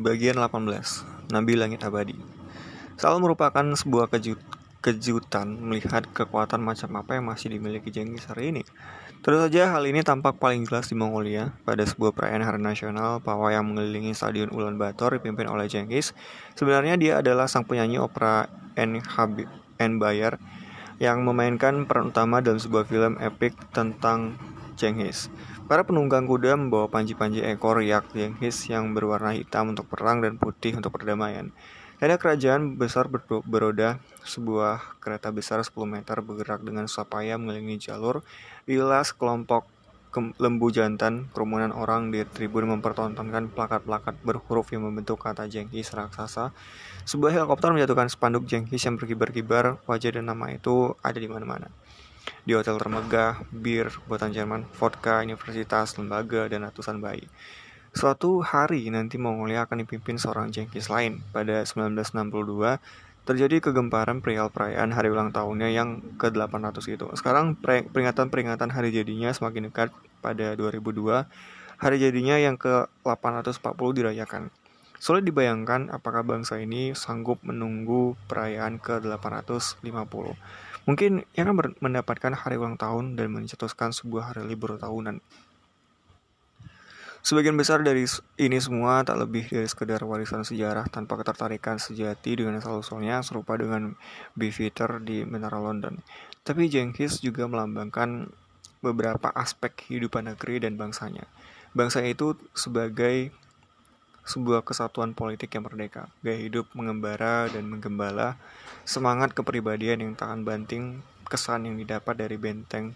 Bagian 18, Nabi Langit Abadi. Selalu merupakan sebuah kejutan melihat kekuatan macam apa yang masih dimiliki Jenghis hari ini. Tentu saja hal ini tampak paling jelas di Mongolia pada sebuah perayaan hari nasional pawai yang mengelilingi Stadion Ulaanbaatar dipimpin oleh Jenghis. Sebenarnya dia adalah sang penyanyi opera Bayar yang memainkan peran utama dalam sebuah film epik tentang Jenghis. Para penunggang kuda membawa panji-panji ekor yak Jenghis yang berwarna hitam untuk perang dan putih untuk perdamaian. Ada kerajaan besar beroda, sebuah kereta besar 10 meter bergerak dengan susah payah mengelilingi jalur. Dilas kelompok lembu jantan, kerumunan orang di tribun mempertontonkan plakat-plakat berhuruf yang membentuk kata Jenghis raksasa. Sebuah helikopter menjatuhkan spanduk Jenghis yang berkibar-kibar, wajah dan nama itu ada di mana-mana. Di hotel termegah, bir, buatan Jerman, vodka, universitas, lembaga, dan ratusan bayi. Suatu hari nanti Mongolia akan dipimpin seorang Jenghis lain. Pada 1962, terjadi kegemparan perayaan hari ulang tahunnya yang ke-800 itu. Sekarang peringatan hari jadinya semakin dekat. Pada 2002, hari jadinya yang ke-840 dirayakan. Sulit dibayangkan apakah bangsa ini sanggup menunggu perayaan ke-850. Mungkin ia akan mendapatkan hari ulang tahun dan mencetuskan sebuah hari libur tahunan. Sebagian besar dari ini semua tak lebih dari sekedar warisan sejarah tanpa ketertarikan sejati dengan asal-usulnya serupa dengan Beefeater di Menara London. Tapi Jenghis juga melambangkan beberapa aspek kehidupan negeri dan bangsanya. Bangsa itu sebagai sebuah kesatuan politik yang merdeka, gaya hidup mengembara dan menggembala, semangat kepribadian yang tak akan banting, kesan yang didapat dari bentang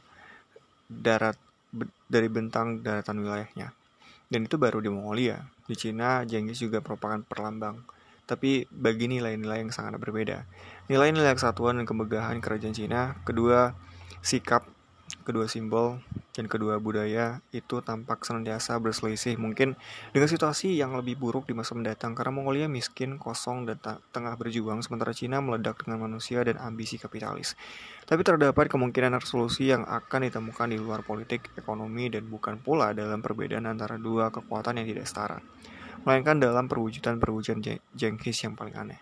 daratan wilayahnya. Dan itu baru di Mongolia. Di Cina, Jenghis juga merupakan perlambang. Tapi bagi nilai-nilai yang sangat berbeda. Nilai-nilai kesatuan dan kemegahan kerajaan Cina, kedua sikap, kedua simbol, dan kedua budaya itu tampak senantiasa berselisih. Mungkin dengan situasi yang lebih buruk di masa mendatang karena Mongolia miskin, kosong, dan tengah berjuang, sementara Cina meledak dengan manusia dan ambisi kapitalis. Tapi terdapat kemungkinan resolusi yang akan ditemukan di luar politik, ekonomi, dan bukan pula dalam perbedaan antara dua kekuatan yang tidak setara, melainkan dalam perwujudan Jenghis yang paling aneh.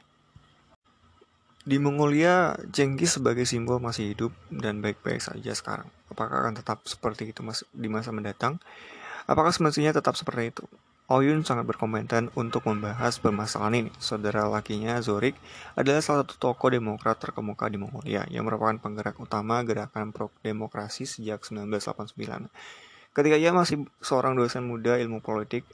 Di Mongolia, Jenghis sebagai simbol masih hidup dan baik-baik saja sekarang. Apakah akan tetap seperti itu di masa mendatang? Apakah semestinya tetap seperti itu? Oyun sangat berkompeten untuk membahas permasalahan ini. Saudara lakinya, Zorik, adalah salah satu tokoh demokrat terkemuka di Mongolia yang merupakan penggerak utama gerakan pro-demokrasi sejak 1989. Ketika ia masih seorang dosen muda ilmu politik,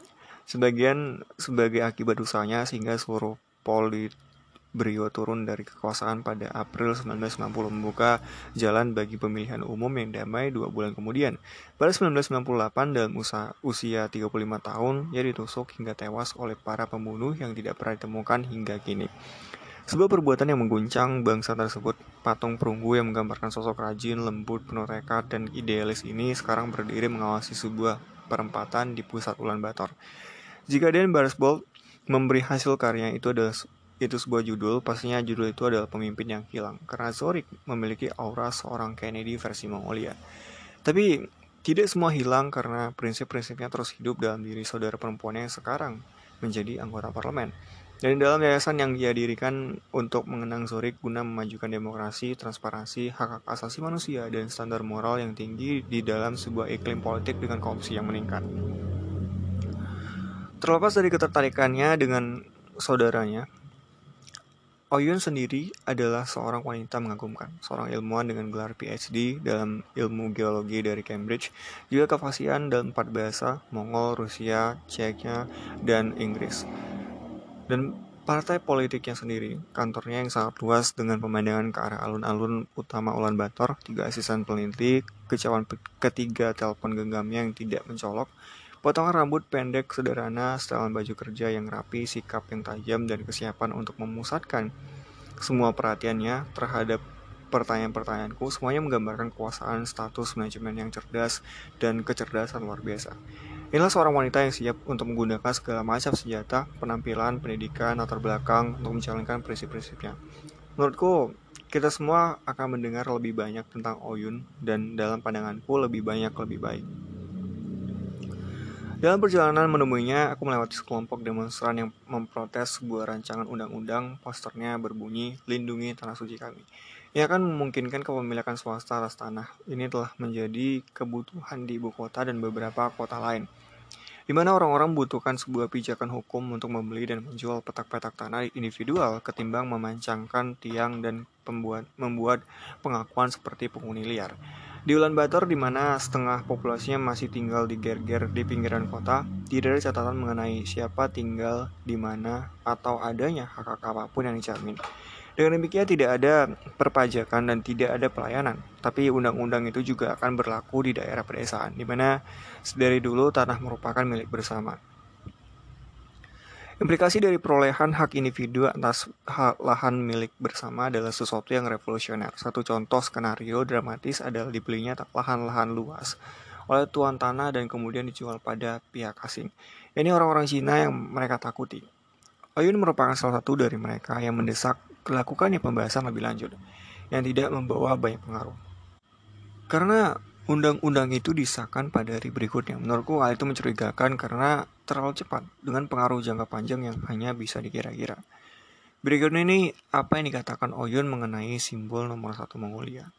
sebagai akibat usahanya sehingga seluruh Politburo turun dari kekuasaan pada April 1990 membuka jalan bagi pemilihan umum yang damai 2 bulan kemudian. Pada 1998 dalam usia 35 tahun, ia ditusuk hingga tewas oleh para pembunuh yang tidak pernah ditemukan hingga kini. Sebuah perbuatan yang mengguncang bangsa tersebut. Patung perunggu yang menggambarkan sosok rajin, lembut, penuh tekad, dan idealis ini sekarang berdiri mengawasi sebuah perempatan di pusat Ulaanbaatar. Jika Dan Barsbold memberi hasil karya itu sebuah judul, pastinya judul itu adalah Pemimpin yang Hilang, karena Zorik memiliki aura seorang Kennedy versi Mongolia. Tapi tidak semua hilang karena prinsip-prinsipnya terus hidup dalam diri saudara perempuannya yang sekarang menjadi anggota parlemen. Dan dalam yayasan yang dia dirikan untuk mengenang Zorik guna memajukan demokrasi, transparansi, hak asasi manusia, dan standar moral yang tinggi di dalam sebuah iklim politik dengan korupsi yang meningkat. Terlepas dari ketertarikannya dengan saudaranya, Oyun sendiri adalah seorang wanita mengagumkan, seorang ilmuwan dengan gelar PhD dalam ilmu geologi dari Cambridge, juga kefasihan dalam 4 bahasa, Mongol, Rusia, Ceknya, dan Inggris. Dan partai politiknya sendiri, kantornya yang sangat luas dengan pemandangan ke arah alun-alun utama Ulaanbaatar, 3 asisten peneliti, kecauan ketiga telepon genggamnya yang tidak mencolok, potongan rambut pendek sederhana, setelan baju kerja yang rapi, sikap yang tajam, dan kesiapan untuk memusatkan semua perhatiannya terhadap pertanyaan-pertanyaanku, semuanya menggambarkan kekuasaan, status, manajemen yang cerdas, dan kecerdasan luar biasa. Inilah seorang wanita yang siap untuk menggunakan segala macam senjata, penampilan, pendidikan, latar belakang untuk menjalankan prinsip-prinsipnya. Menurutku, kita semua akan mendengar lebih banyak tentang Oyun dan dalam pandanganku lebih banyak lebih baik. Dalam perjalanan menemuinya, aku melewati sekelompok demonstran yang memprotes sebuah rancangan undang-undang. Posternya berbunyi, "Lindungi Tanah Suci Kami." Ia akan memungkinkan kepemilikan swasta atas tanah. Ini telah menjadi kebutuhan di ibu kota dan beberapa kota lain, di mana orang-orang membutuhkan sebuah pijakan hukum untuk membeli dan menjual petak-petak tanah individual ketimbang memancangkan tiang dan membuat pengakuan seperti penghuni liar. Di Ulaanbaatar, di mana setengah populasinya masih tinggal di ger-ger di pinggiran kota, tidak ada catatan mengenai siapa tinggal di mana atau adanya hak-hak apapun yang dijamin. Dengan demikian tidak ada perpajakan dan tidak ada pelayanan, tapi undang-undang itu juga akan berlaku di daerah pedesaan, di mana dari dulu tanah merupakan milik bersama. Implikasi dari perolehan hak individu atas lahan milik bersama adalah sesuatu yang revolusioner. Satu contoh skenario dramatis adalah dibelinya lahan-lahan luas oleh tuan tanah dan kemudian dijual pada pihak asing. Ini orang-orang Cina yang mereka takuti. Oyun merupakan salah satu dari mereka yang mendesak dilakukannya pembahasan lebih lanjut, yang tidak membawa banyak pengaruh. Karena undang-undang itu disahkan pada hari berikutnya. Menurutku hal itu mencurigakan karena terlalu cepat dengan pengaruh jangka panjang yang hanya bisa dikira-kira. Berikut ini apa yang dikatakan Oyun mengenai simbol nomor 1 Mongolia.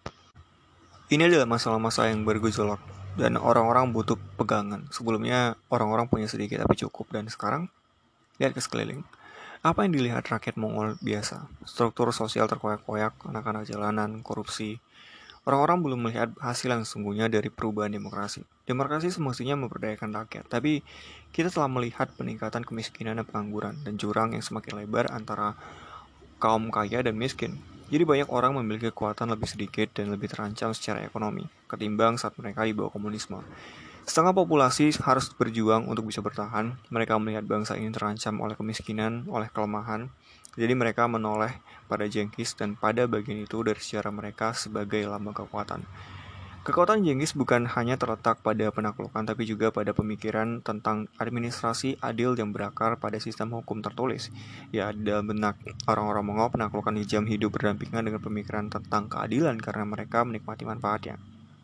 Ini adalah masa-masa yang bergejolak dan orang-orang butuh pegangan. Sebelumnya orang-orang punya sedikit tapi cukup, dan sekarang lihat ke sekeliling. Apa yang dilihat rakyat Mongol biasa? Struktur sosial terkoyak-koyak, anak-anak jalanan, korupsi. Orang-orang belum melihat hasil yang sesungguhnya dari perubahan demokrasi. Demokrasi semestinya memberdayakan rakyat, tapi kita telah melihat peningkatan kemiskinan dan pengangguran, dan jurang yang semakin lebar antara kaum kaya dan miskin. Jadi banyak orang memiliki kekuatan lebih sedikit dan lebih terancam secara ekonomi, ketimbang saat mereka di bawah komunisme. Setengah populasi harus berjuang untuk bisa bertahan. Mereka melihat bangsa ini terancam oleh kemiskinan, oleh kelemahan. Jadi mereka menoleh pada Jenghis dan pada bagian itu dari sejarah mereka sebagai lambang kekuatan. Kekuatan Jenghis bukan hanya terletak pada penaklukan, tapi juga pada pemikiran tentang administrasi adil yang berakar pada sistem hukum tertulis. Ya, dalam benak orang-orang Mongol, penaklukan jam hidup berdampingan dengan pemikiran tentang keadilan karena mereka menikmati manfaatnya.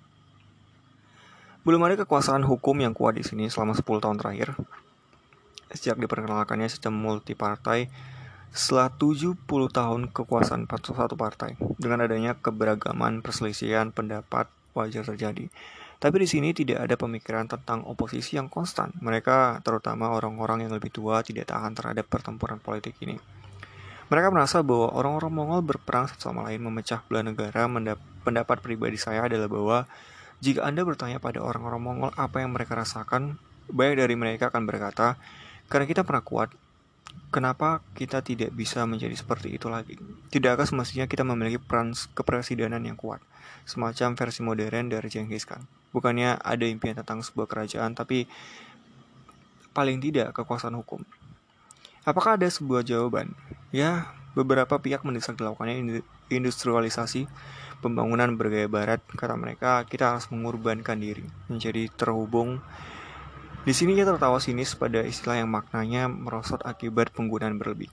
Belum ada kekuasaan hukum yang kuat di sini selama 10 tahun terakhir. Sejak diperkenalkannya sistem multipartai, setelah 70 tahun kekuasaan satu partai, dengan adanya keberagaman perselisihan pendapat wajar terjadi. Tapi di sini tidak ada pemikiran tentang oposisi yang konstan. Mereka, terutama orang-orang yang lebih tua, tidak tahan terhadap pertempuran politik ini. Mereka merasa bahwa orang-orang Mongol berperang satu sama lain memecah belah negara. Pendapat pribadi saya adalah bahwa jika Anda bertanya pada orang-orang Mongol apa yang mereka rasakan, banyak dari mereka akan berkata, karena kita pernah kuat, kenapa kita tidak bisa menjadi seperti itu lagi? Tidakkah semestinya kita memiliki peran kepresidenan yang kuat, semacam versi modern dari Genghis Khan? Bukannya ada impian tentang sebuah kerajaan, tapi paling tidak kekuasaan hukum. Apakah ada sebuah jawaban? Ya, beberapa pihak mendesak dilakukannya industrialisasi, pembangunan bergaya barat. Kata mereka, kita harus mengorbankan diri, menjadi terhubung. Di sini ia tertawa sinis pada istilah yang maknanya merosot akibat penggunaan berlebih.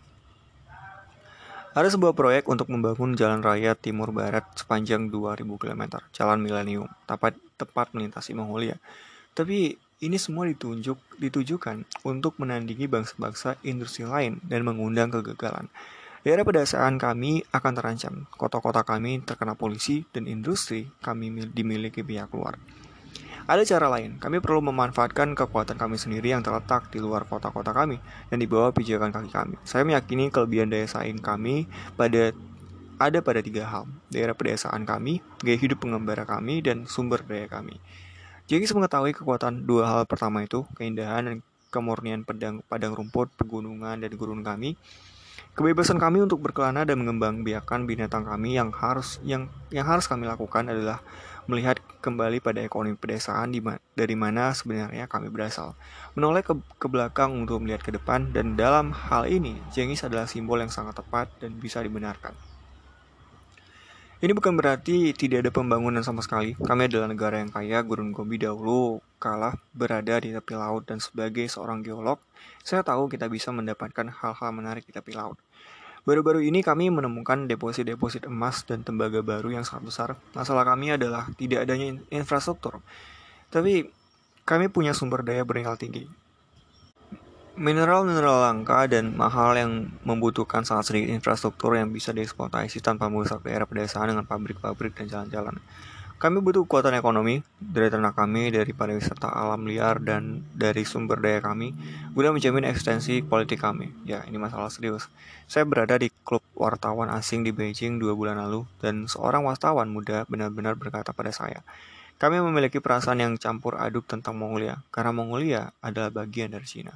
Ada sebuah proyek untuk membangun jalan raya timur barat sepanjang 2000 km, Jalan Millennium, tepat melintasi Mongolia. Tapi ini semua ditujukan untuk menandingi bangsa-bangsa industri lain dan mengundang kegagalan. Daerah pedesaan kami akan terancam, kota-kota kami terkena polisi, dan industri kami dimiliki pihak luar. Ada cara lain, kami perlu memanfaatkan kekuatan kami sendiri yang terletak di luar kota-kota kami dan di bawah pijakan kaki kami. Saya meyakini kelebihan daya saing kami ada pada 3 hal: daerah pedesaan kami, gaya hidup pengembara kami, dan sumber daya kami. Jenghis mengetahui kekuatan 2 hal pertama itu, keindahan dan kemurnian padang rumput, pegunungan, dan gurun kami. Kebebasan kami untuk berkelana dan mengembangbiakan binatang kami yang harus kami lakukan adalah melihat kembali pada ekonomi pedesaan dari mana sebenarnya kami berasal. Menoleh ke belakang untuk melihat ke depan, dan dalam hal ini Jenghis adalah simbol yang sangat tepat dan bisa dibenarkan. Ini bukan berarti tidak ada pembangunan sama sekali. Kami adalah negara yang kaya. Gurun Gobi dahulu kala berada di tepi laut, dan sebagai seorang geolog, saya tahu kita bisa mendapatkan hal-hal menarik di tepi laut. Baru-baru ini kami menemukan deposit-deposit emas dan tembaga baru yang sangat besar. Masalah kami adalah tidak adanya infrastruktur. Tapi Kami punya sumber daya bernilai tinggi. Mineral-mineral langka dan mahal yang membutuhkan sangat sedikit infrastruktur yang bisa dieksploitasi tanpa merusak daerah pedesaan dengan pabrik-pabrik dan jalan-jalan. Kami butuh kekuatan ekonomi dari ternak kami, dari pariwisata alam liar, dan dari sumber daya kami guna menjamin eksistensi politik kami. Ya, ini masalah serius. Saya berada di klub wartawan asing di Beijing 2 bulan lalu, dan seorang wartawan muda benar-benar berkata pada saya, kami memiliki perasaan yang campur aduk tentang Mongolia, karena Mongolia adalah bagian dari Cina.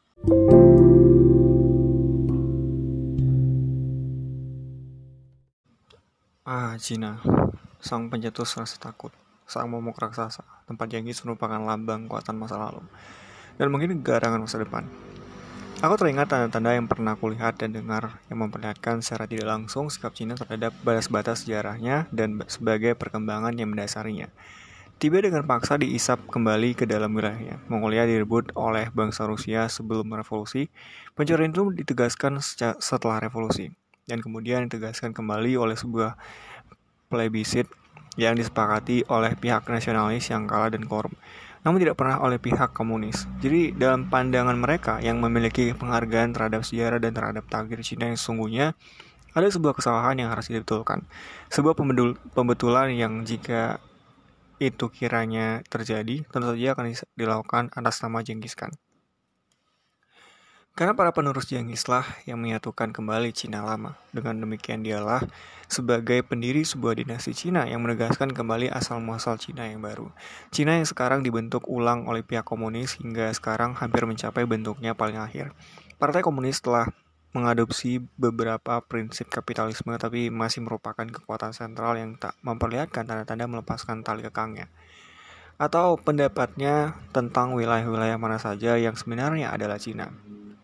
Cina, sang pencetus rasa takut, sang momok raksasa, tempat Jenghis merupakan lambang kekuatan masa lalu, dan mungkin garangan masa depan. Aku teringat tanda-tanda yang pernah kulihat dan dengar yang memperlihatkan secara tidak langsung sikap Cina terhadap batas-batas sejarahnya dan sebagai perkembangan yang mendasarinya. Tibet dengan paksa diisap kembali ke dalam wilayahnya. Mongolia direbut oleh bangsa Rusia sebelum revolusi. Pencurian itu ditegaskan setelah revolusi, dan kemudian ditegaskan kembali oleh sebuah plebisit yang disepakati oleh pihak nasionalis yang kalah dan korup, namun tidak pernah oleh pihak komunis. Jadi dalam pandangan mereka yang memiliki penghargaan terhadap sejarah dan terhadap takdir Cina yang sesungguhnya, ada sebuah kesalahan yang harus dibetulkan. Sebuah pembetulan yang jika itu kiranya terjadi, tentu saja akan dilakukan atas nama Jenghis Khan. Karena para penerus Jenghis-lah yang menyatukan kembali Cina lama. Dengan demikian dialah sebagai pendiri sebuah dinasti Cina yang menegaskan kembali asal-muasal Cina yang baru. Cina yang sekarang dibentuk ulang oleh pihak komunis hingga sekarang hampir mencapai bentuknya paling akhir. Partai Komunis telah mengadopsi beberapa prinsip kapitalisme tapi masih merupakan kekuatan sentral yang tak memperlihatkan tanda-tanda melepaskan tali kekangnya. Atau pendapatnya tentang wilayah-wilayah mana saja yang sebenarnya adalah Cina.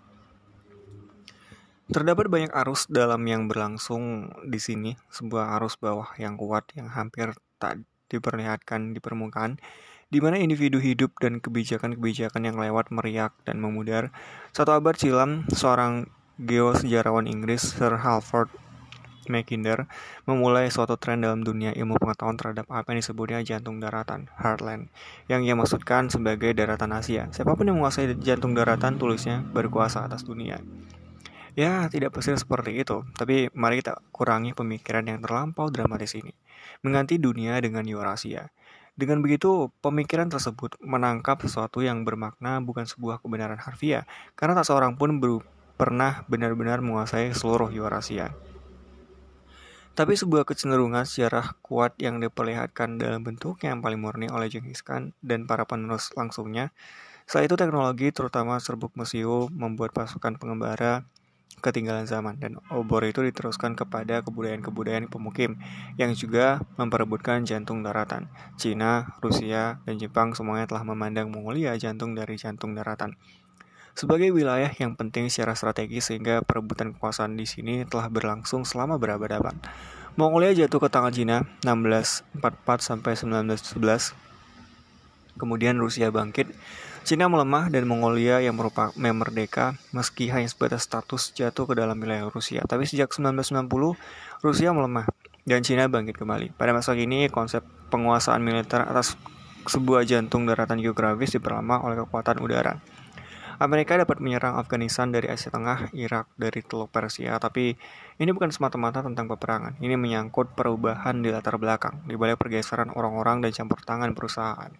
Terdapat banyak arus dalam yang berlangsung di sini, sebuah arus bawah yang kuat yang hampir tak diperlihatkan di permukaan, di mana individu hidup dan kebijakan-kebijakan yang lewat meriak dan memudar. 1 abad silam, seorang geosejarawan Inggris, Sir Halford Mackinder, memulai suatu tren dalam dunia ilmu pengetahuan terhadap apa yang disebutnya jantung daratan, heartland, yang ia maksudkan sebagai daratan Asia. Siapapun yang menguasai jantung daratan, tulisnya, berkuasa atas dunia. Ya, tidak persis seperti itu, tapi mari kita kurangi pemikiran yang terlampau dramatis ini. Mengganti dunia dengan Eurasia. Dengan begitu, pemikiran tersebut menangkap sesuatu yang bermakna bukan sebuah kebenaran harfiah, karena tak seorang pun pernah benar-benar menguasai seluruh Eurasia. Tapi sebuah kecenderungan sejarah kuat yang diperlihatkan dalam bentuknya yang paling murni oleh Jenghis Khan dan para penerus langsungnya. Setelah itu teknologi, terutama serbuk mesiu, membuat pasukan pengembara ketinggalan zaman, dan obor itu diteruskan kepada kebudayaan-kebudayaan pemukim yang juga memperebutkan jantung daratan. Cina, Rusia, dan Jepang semuanya telah memandang Mongolia jantung dari jantung daratan sebagai wilayah yang penting secara strategis, sehingga perebutan kekuasaan di sini telah berlangsung selama berabad-abad. Mongolia jatuh ke tangan Cina 1644 sampai 1911. Kemudian Rusia bangkit, Cina melemah, dan Mongolia yang merupakan merdeka meski hanya sebatas status jatuh ke dalam wilayah Rusia. Tapi sejak 1990, Rusia melemah dan Cina bangkit kembali. Pada masa kini, konsep penguasaan militer atas sebuah jantung daratan geografis diperlama oleh kekuatan udara. Amerika dapat menyerang Afghanistan dari Asia Tengah, Irak dari Teluk Persia, tapi ini bukan semata-mata tentang peperangan. Ini menyangkut perubahan di latar belakang, di balik pergeseran orang-orang dan campur tangan perusahaan.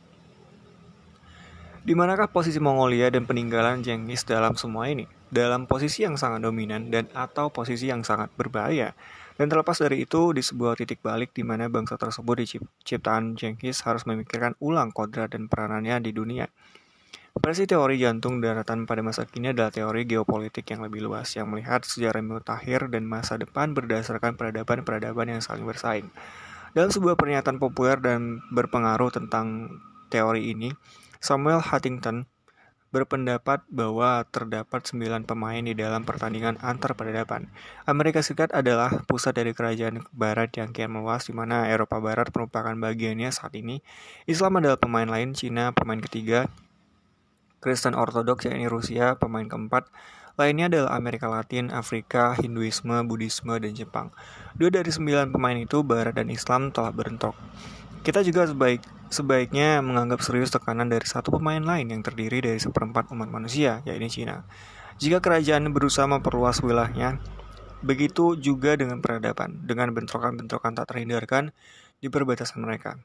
Di manakah posisi Mongolia dan peninggalan Jenghis dalam semua ini? Dalam posisi yang sangat dominan dan atau posisi yang sangat berbahaya. Dan terlepas dari itu, di sebuah titik balik di mana bangsa tersebut di ciptaan Jenghis harus memikirkan ulang kodrat dan peranannya di dunia. Versi teori jantung daratan pada masa kini adalah teori geopolitik yang lebih luas, yang melihat sejarah mutakhir dan masa depan berdasarkan peradaban-peradaban yang saling bersaing. Dalam sebuah pernyataan populer dan berpengaruh tentang teori ini, Samuel Huntington berpendapat bahwa terdapat 9 pemain di dalam pertandingan antar peradaban. Amerika Serikat adalah pusat dari kerajaan barat yang kian meluas, di mana Eropa Barat merupakan bagiannya saat ini. Islam adalah pemain lain, Cina pemain ketiga, Kristen Ortodoks yakni Rusia pemain keempat, lainnya adalah Amerika Latin, Afrika, Hinduisme, Buddhisme, dan Jepang. 2 dari 9 pemain itu, Barat dan Islam, telah berentok. Kita juga sebaiknya menganggap serius tekanan dari satu pemain lain yang terdiri dari seperempat umat manusia, yaitu Cina. Jika kerajaan berusaha memperluas wilayahnya, begitu juga dengan peradaban, dengan bentrokan-bentrokan tak terhindarkan di perbatasan mereka.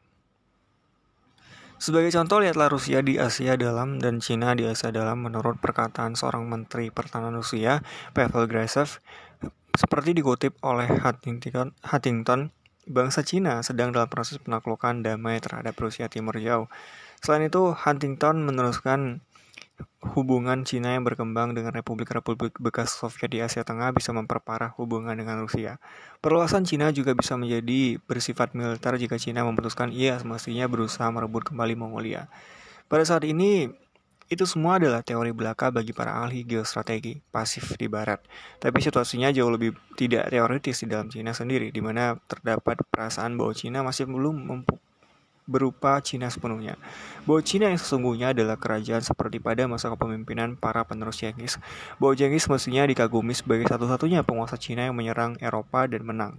Sebagai contoh, lihatlah Rusia di Asia Dalam dan Cina di Asia Dalam menurut perkataan seorang Menteri Pertahanan Rusia, Pavel Grashev, seperti dikutip oleh Huntington, bangsa Cina sedang dalam proses penaklukan damai terhadap Rusia Timur Jauh. Selain itu, Huntington meneruskan hubungan Cina yang berkembang dengan republik-republik bekas Soviet di Asia Tengah bisa memperparah hubungan dengan Rusia. Perluasan Cina juga bisa menjadi bersifat militer jika Cina memutuskan ia semestinya berusaha merebut kembali Mongolia. Pada saat ini, itu semua adalah teori belaka bagi para ahli geostrategi pasif di Barat. Tapi situasinya jauh lebih tidak teoritis di dalam Cina sendiri, di mana terdapat perasaan bahwa Cina masih belum berupa Cina sepenuhnya. Bahwa Cina yang sesungguhnya adalah kerajaan seperti pada masa kepemimpinan para penerus Genghis. Bahwa Genghis mestinya dikagumi sebagai satu-satunya penguasa Cina yang menyerang Eropa dan menang.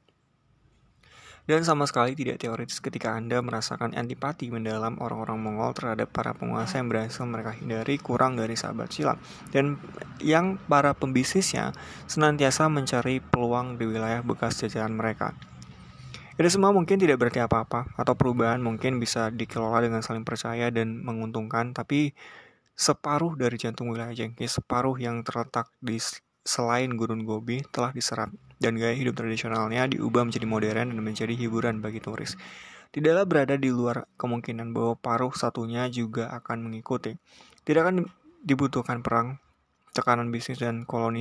Dan sama sekali tidak teoritis ketika Anda merasakan antipati mendalam orang-orang Mongol terhadap para penguasa yang berhasil mereka hindari kurang dari sahabat silam, dan yang para pembisnisnya senantiasa mencari peluang di wilayah bekas jajahan mereka. Ini semua mungkin tidak berarti apa-apa, atau perubahan mungkin bisa dikelola dengan saling percaya dan menguntungkan, tapi separuh dari jantung wilayah Genghis, separuh yang terletak di selain Gurun Gobi telah diserap, dan gaya hidup tradisionalnya diubah menjadi modern dan menjadi hiburan bagi turis. Tidaklah berada di luar kemungkinan bahwa paruh satunya juga akan mengikuti. Tidak akan dibutuhkan perang, tekanan bisnis, dan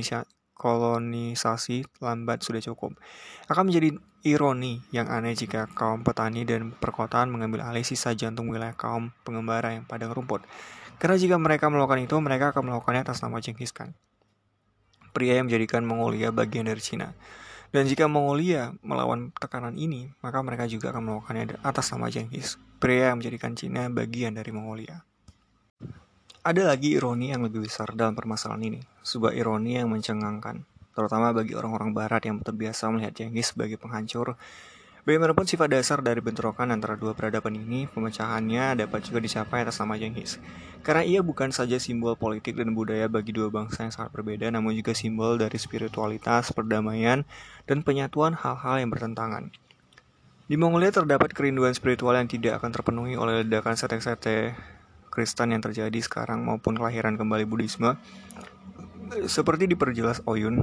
kolonisasi lambat sudah cukup. Akan menjadi ironi yang aneh jika kaum petani dan perkotaan mengambil alih sisa jantung wilayah kaum pengembara yang padang rumput. Karena jika mereka melakukan itu, mereka akan melakukannya atas nama Genghis Khan, pria yang menjadikan Mongolia bagian dari Cina. Dan jika Mongolia melawan tekanan ini, maka mereka juga akan melakukannya atas nama Genghis, pria yang menjadikan Cina bagian dari Mongolia. Ada lagi ironi yang lebih besar dalam permasalahan ini, sebuah ironi yang mencengangkan, terutama bagi orang-orang barat yang terbiasa melihat Genghis sebagai penghancur. Bagaimanapun sifat dasar dari bentrokan antara dua peradaban ini, pemecahannya dapat juga dicapai atas nama Genghis. Karena ia bukan saja simbol politik dan budaya bagi dua bangsa yang sangat berbeda, namun juga simbol dari spiritualitas, perdamaian, dan penyatuan hal-hal yang bertentangan. Di Mongolia terdapat kerinduan spiritual yang tidak akan terpenuhi oleh ledakan sekte Kristen yang terjadi sekarang maupun kelahiran kembali Buddhisme. Seperti diperjelas Oyun,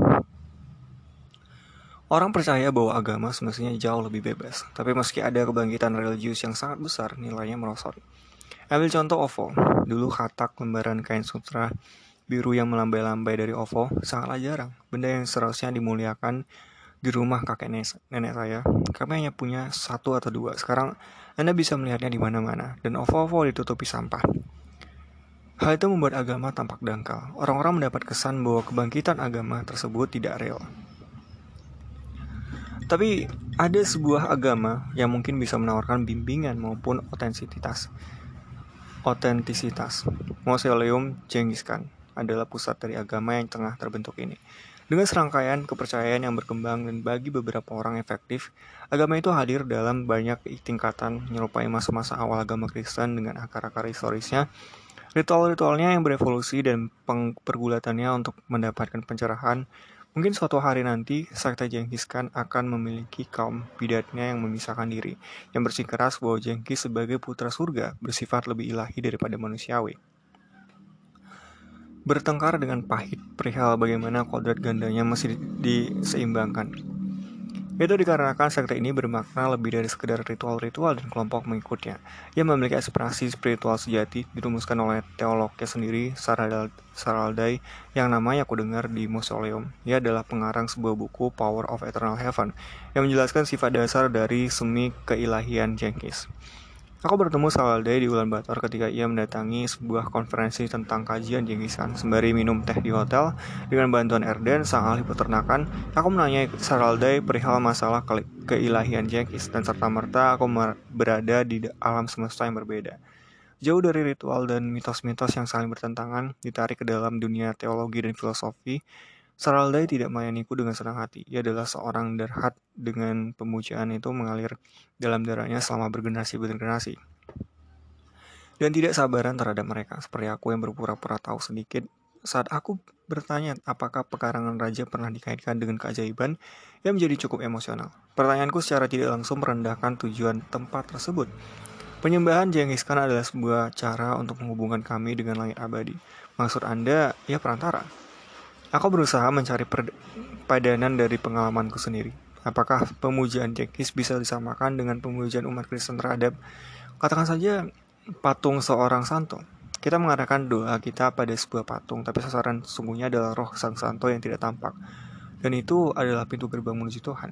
orang percaya bahwa agama semestinya jauh lebih bebas, tapi meski ada kebangkitan religius yang sangat besar, nilainya merosot. Ambil contoh OVO. Dulu katak lembaran kain sutra biru yang melambai-lambai dari OVO sangatlah jarang. Benda yang seharusnya dimuliakan di rumah kakek nenek saya. Kami hanya punya satu atau dua. Sekarang Anda bisa melihatnya di mana-mana, dan OVO-OVO ditutupi sampah. Hal itu membuat agama tampak dangkal. Orang-orang mendapat kesan bahwa kebangkitan agama tersebut tidak real. Tapi ada sebuah agama yang mungkin bisa menawarkan bimbingan maupun otentisitas. Mausoleum Genghis Khan adalah pusat dari agama yang tengah terbentuk ini. Dengan serangkaian kepercayaan yang berkembang dan bagi beberapa orang efektif, agama itu hadir dalam banyak tingkatan menyerupai masa-masa awal agama Kristen dengan akar-akar historisnya, ritual-ritualnya yang berevolusi dan pergulatannya untuk mendapatkan pencerahan. Mungkin suatu hari nanti, sekte Genghis Khan akan memiliki kaum bidatnya yang memisahkan diri, yang bersikeras bahwa Genghis sebagai putra surga bersifat lebih ilahi daripada manusiawi. Bertengkar dengan pahit perihal bagaimana kodrat gandanya masih diseimbangkan. Itu dikarenakan sekte ini bermakna lebih dari sekedar ritual-ritual dan kelompok mengikutnya. Ia memiliki aspirasi spiritual sejati, dirumuskan oleh teolognya sendiri, Saraldai, yang namanya aku dengar di Mausoleum. Ia adalah pengarang sebuah buku, Power of Eternal Heaven, yang menjelaskan sifat dasar dari semi keilahian Genghis. Aku bertemu Saraldai di Ulaanbaatar ketika ia mendatangi sebuah konferensi tentang kajian Genghis Khan. Sembari minum teh di hotel dengan bantuan Erden, sang ahli peternakan, aku menanyai Saraldai perihal masalah keilahian Genghis, dan serta-merta aku berada di alam semesta yang berbeda. Jauh dari ritual dan mitos-mitos yang saling bertentangan, ditarik ke dalam dunia teologi dan filosofi. Saraldai tidak melayaniku dengan senang hati. Ia adalah seorang darhat dengan pemujaan itu mengalir dalam darahnya selama bergenerasi-generasi. Dan tidak sabaran terhadap mereka, seperti aku yang berpura-pura tahu sedikit. Saat aku bertanya apakah pekarangan raja pernah dikaitkan dengan keajaiban, ia menjadi cukup emosional. Pertanyaanku secara tidak langsung merendahkan tujuan tempat tersebut. Penyembahan Genghis Khan adalah sebuah cara untuk menghubungkan kami dengan langit abadi. Maksud Anda, ia perantara. Aku berusaha mencari padanan dari pengalamanku sendiri. Apakah pemujaan Genghis bisa disamakan dengan pemujaan umat Kristen terhadap, katakan saja, patung seorang santo? Kita mengadakan doa kita pada sebuah patung, tapi sasaran sesungguhnya adalah roh sang santo yang tidak tampak. Dan itu adalah pintu gerbang menuju Tuhan.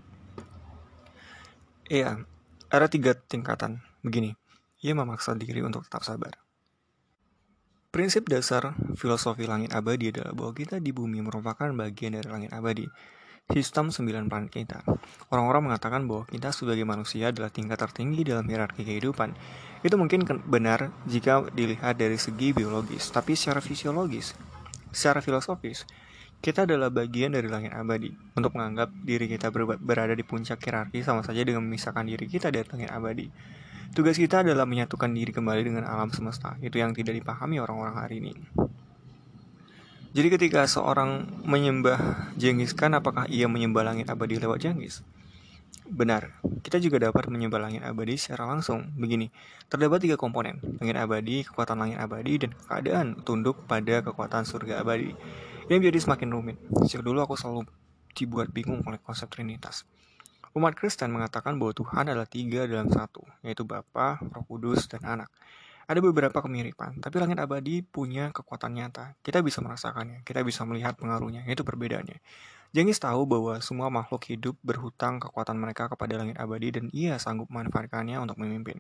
Iya, ada 3 tingkatan. Begini, ia memaksa diri untuk tetap sabar. Prinsip dasar filosofi langit abadi adalah bahwa kita di bumi merupakan bagian dari langit abadi, sistem 9 planet kita. Orang-orang mengatakan bahwa kita sebagai manusia adalah tingkat tertinggi dalam hierarki kehidupan. Itu mungkin benar jika dilihat dari segi biologis, tapi secara filosofis, kita adalah bagian dari langit abadi. Untuk menganggap diri kita berada di puncak hierarki sama saja dengan memisahkan diri kita dari langit abadi. Tugas kita adalah menyatukan diri kembali dengan alam semesta. Itu yang tidak dipahami orang-orang hari ini. Jadi ketika seorang menyembah Genghis Khan, apakah ia menyembah langit abadi lewat Genghis? Benar, kita juga dapat menyembah langit abadi secara langsung. Begini, terdapat 3 komponen, langit abadi, kekuatan langit abadi, dan keadaan tunduk pada kekuatan surga abadi. Ini menjadi semakin rumit. Sejak dulu aku selalu dibuat bingung oleh konsep Trinitas. Umat Kristen mengatakan bahwa Tuhan adalah 3 dalam 1, yaitu Bapa, Roh Kudus, dan Anak. Ada beberapa kemiripan, tapi langit abadi punya kekuatan nyata. Kita bisa merasakannya, kita bisa melihat pengaruhnya, itu perbedaannya. Genghis tahu bahwa semua makhluk hidup berhutang kekuatan mereka kepada langit abadi dan ia sanggup memanfaatkannya untuk memimpin.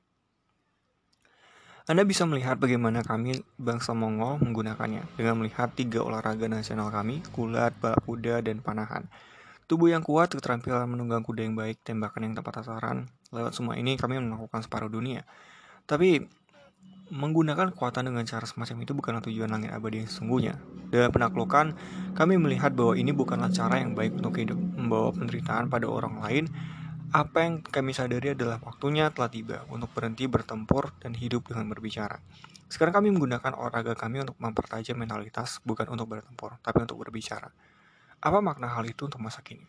Anda bisa melihat bagaimana kami bangsa Mongol menggunakannya dengan melihat 3 olahraga nasional kami, gulat, balap kuda, dan panahan. Tubuh yang kuat, keterampilan menunggang kuda yang baik, tembakan yang tepat sasaran. Lewat semua ini kami menaklukkan separuh dunia. Tapi menggunakan kekuatan dengan cara semacam itu bukanlah tujuan langit abadi yang sesungguhnya. Dalam penaklukan, kami melihat bahwa ini bukanlah cara yang baik untuk hidup, membawa penderitaan pada orang lain. Apa yang kami sadari adalah waktunya telah tiba untuk berhenti bertempur dan hidup dengan berbicara. Sekarang kami menggunakan olahraga kami untuk mempertajam mentalitas, bukan untuk bertempur, tapi untuk berbicara. Apa makna hal itu untuk masa kini?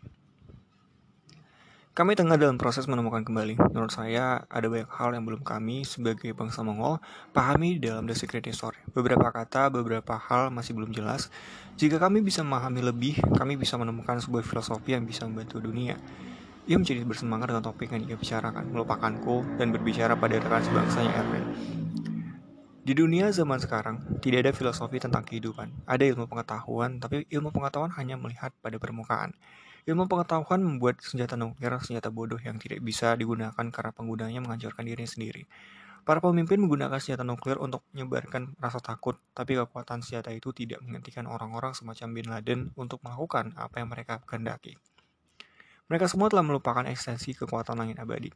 Kami tengah dalam proses menemukan kembali. Menurut saya, ada banyak hal yang belum kami sebagai bangsa Mongol pahami dalam The Secret History. Beberapa kata, beberapa hal masih belum jelas. Jika kami bisa memahami lebih, kami bisa menemukan sebuah filosofi yang bisa membantu dunia. Ia menjadi bersemangat dengan topik yang ia bicarakan, melupakanku dan berbicara pada rekan sebangsanya Erwin. Di dunia zaman sekarang, tidak ada filosofi tentang kehidupan. Ada ilmu pengetahuan, tapi ilmu pengetahuan hanya melihat pada permukaan. Ilmu pengetahuan membuat senjata nuklir, senjata bodoh yang tidak bisa digunakan karena penggunanya menghancurkan dirinya sendiri. Para pemimpin menggunakan senjata nuklir untuk menyebarkan rasa takut, tapi kekuatan senjata itu tidak menghentikan orang-orang semacam Bin Laden untuk melakukan apa yang mereka kehendaki. Mereka semua telah melupakan eksistensi kekuatan langit abadi.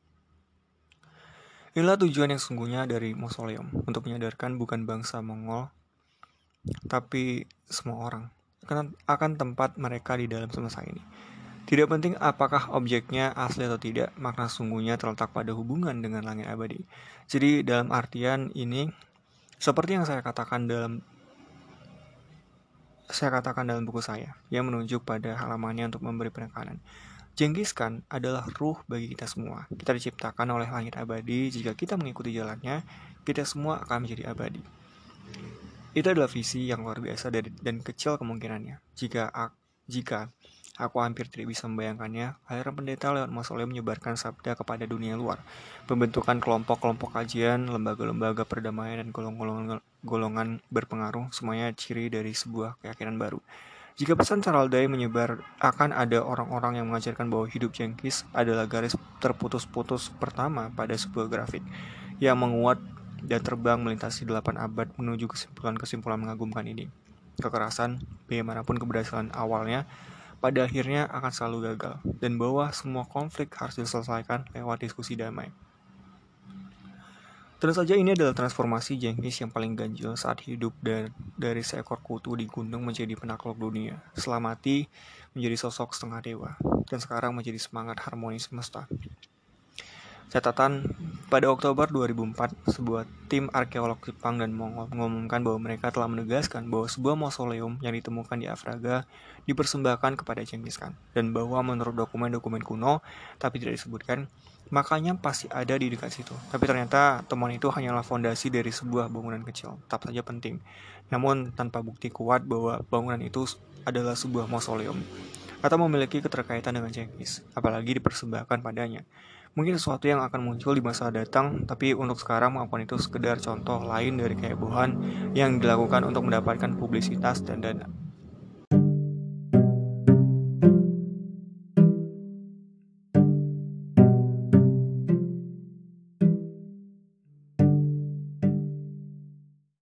Inilah tujuan yang sesungguhnya dari mausoleum, untuk menyadarkan bukan bangsa Mongol, tapi semua orang akan tempat mereka di dalam semesta ini. Tidak penting apakah objeknya asli atau tidak, makna sesungguhnya terletak pada hubungan dengan langit abadi. Jadi dalam artian ini, seperti yang saya katakan dalam buku saya, yang menunjuk pada halamannya untuk memberi penekanan. Genghis Khan adalah ruh bagi kita semua. Kita diciptakan oleh langit abadi. Jika kita mengikuti jalannya, kita semua akan menjadi abadi. Itu adalah visi yang luar biasa dan kecil kemungkinannya. Jika aku hampir tidak bisa membayangkannya, aliran pendeta lewat mausoleum menyebarkan sabda kepada dunia luar. Pembentukan kelompok-kelompok kajian, lembaga-lembaga perdamaian, dan golongan berpengaruh, semuanya ciri dari sebuah keyakinan baru. Jika pesan Saraldai menyebar, akan ada orang-orang yang mengajarkan bahwa hidup Genghis adalah garis terputus-putus pertama pada sebuah grafik yang menguat dan terbang melintasi 8 abad menuju kesimpulan-kesimpulan mengagumkan ini. Kekerasan, bagaimanapun keberhasilan awalnya, pada akhirnya akan selalu gagal, dan bahwa semua konflik harus diselesaikan lewat diskusi damai. Tentu saja ini adalah transformasi Jenghis yang paling ganjil saat hidup, dan dari seekor kutu di gunung menjadi penakluk dunia. Setelah mati menjadi sosok setengah dewa, dan sekarang menjadi semangat harmoni semesta. Catatan, pada Oktober 2004, sebuah tim arkeolog Jepang dan Mongol mengumumkan bahwa mereka telah menegaskan bahwa sebuah mausoleum yang ditemukan di Afraga dipersembahkan kepada Genghis Khan, dan bahwa menurut dokumen-dokumen kuno, tapi tidak disebutkan, makanya pasti ada di dekat situ. Tapi ternyata temuan itu hanyalah fondasi dari sebuah bangunan kecil, tetap saja penting. Namun tanpa bukti kuat bahwa bangunan itu adalah sebuah mausoleum atau memiliki keterkaitan dengan Genghis, apalagi dipersembahkan padanya. Mungkin sesuatu yang akan muncul di masa datang, tapi untuk sekarang melakukan itu sekedar contoh lain dari kehebohan yang dilakukan untuk mendapatkan publisitas dan dana.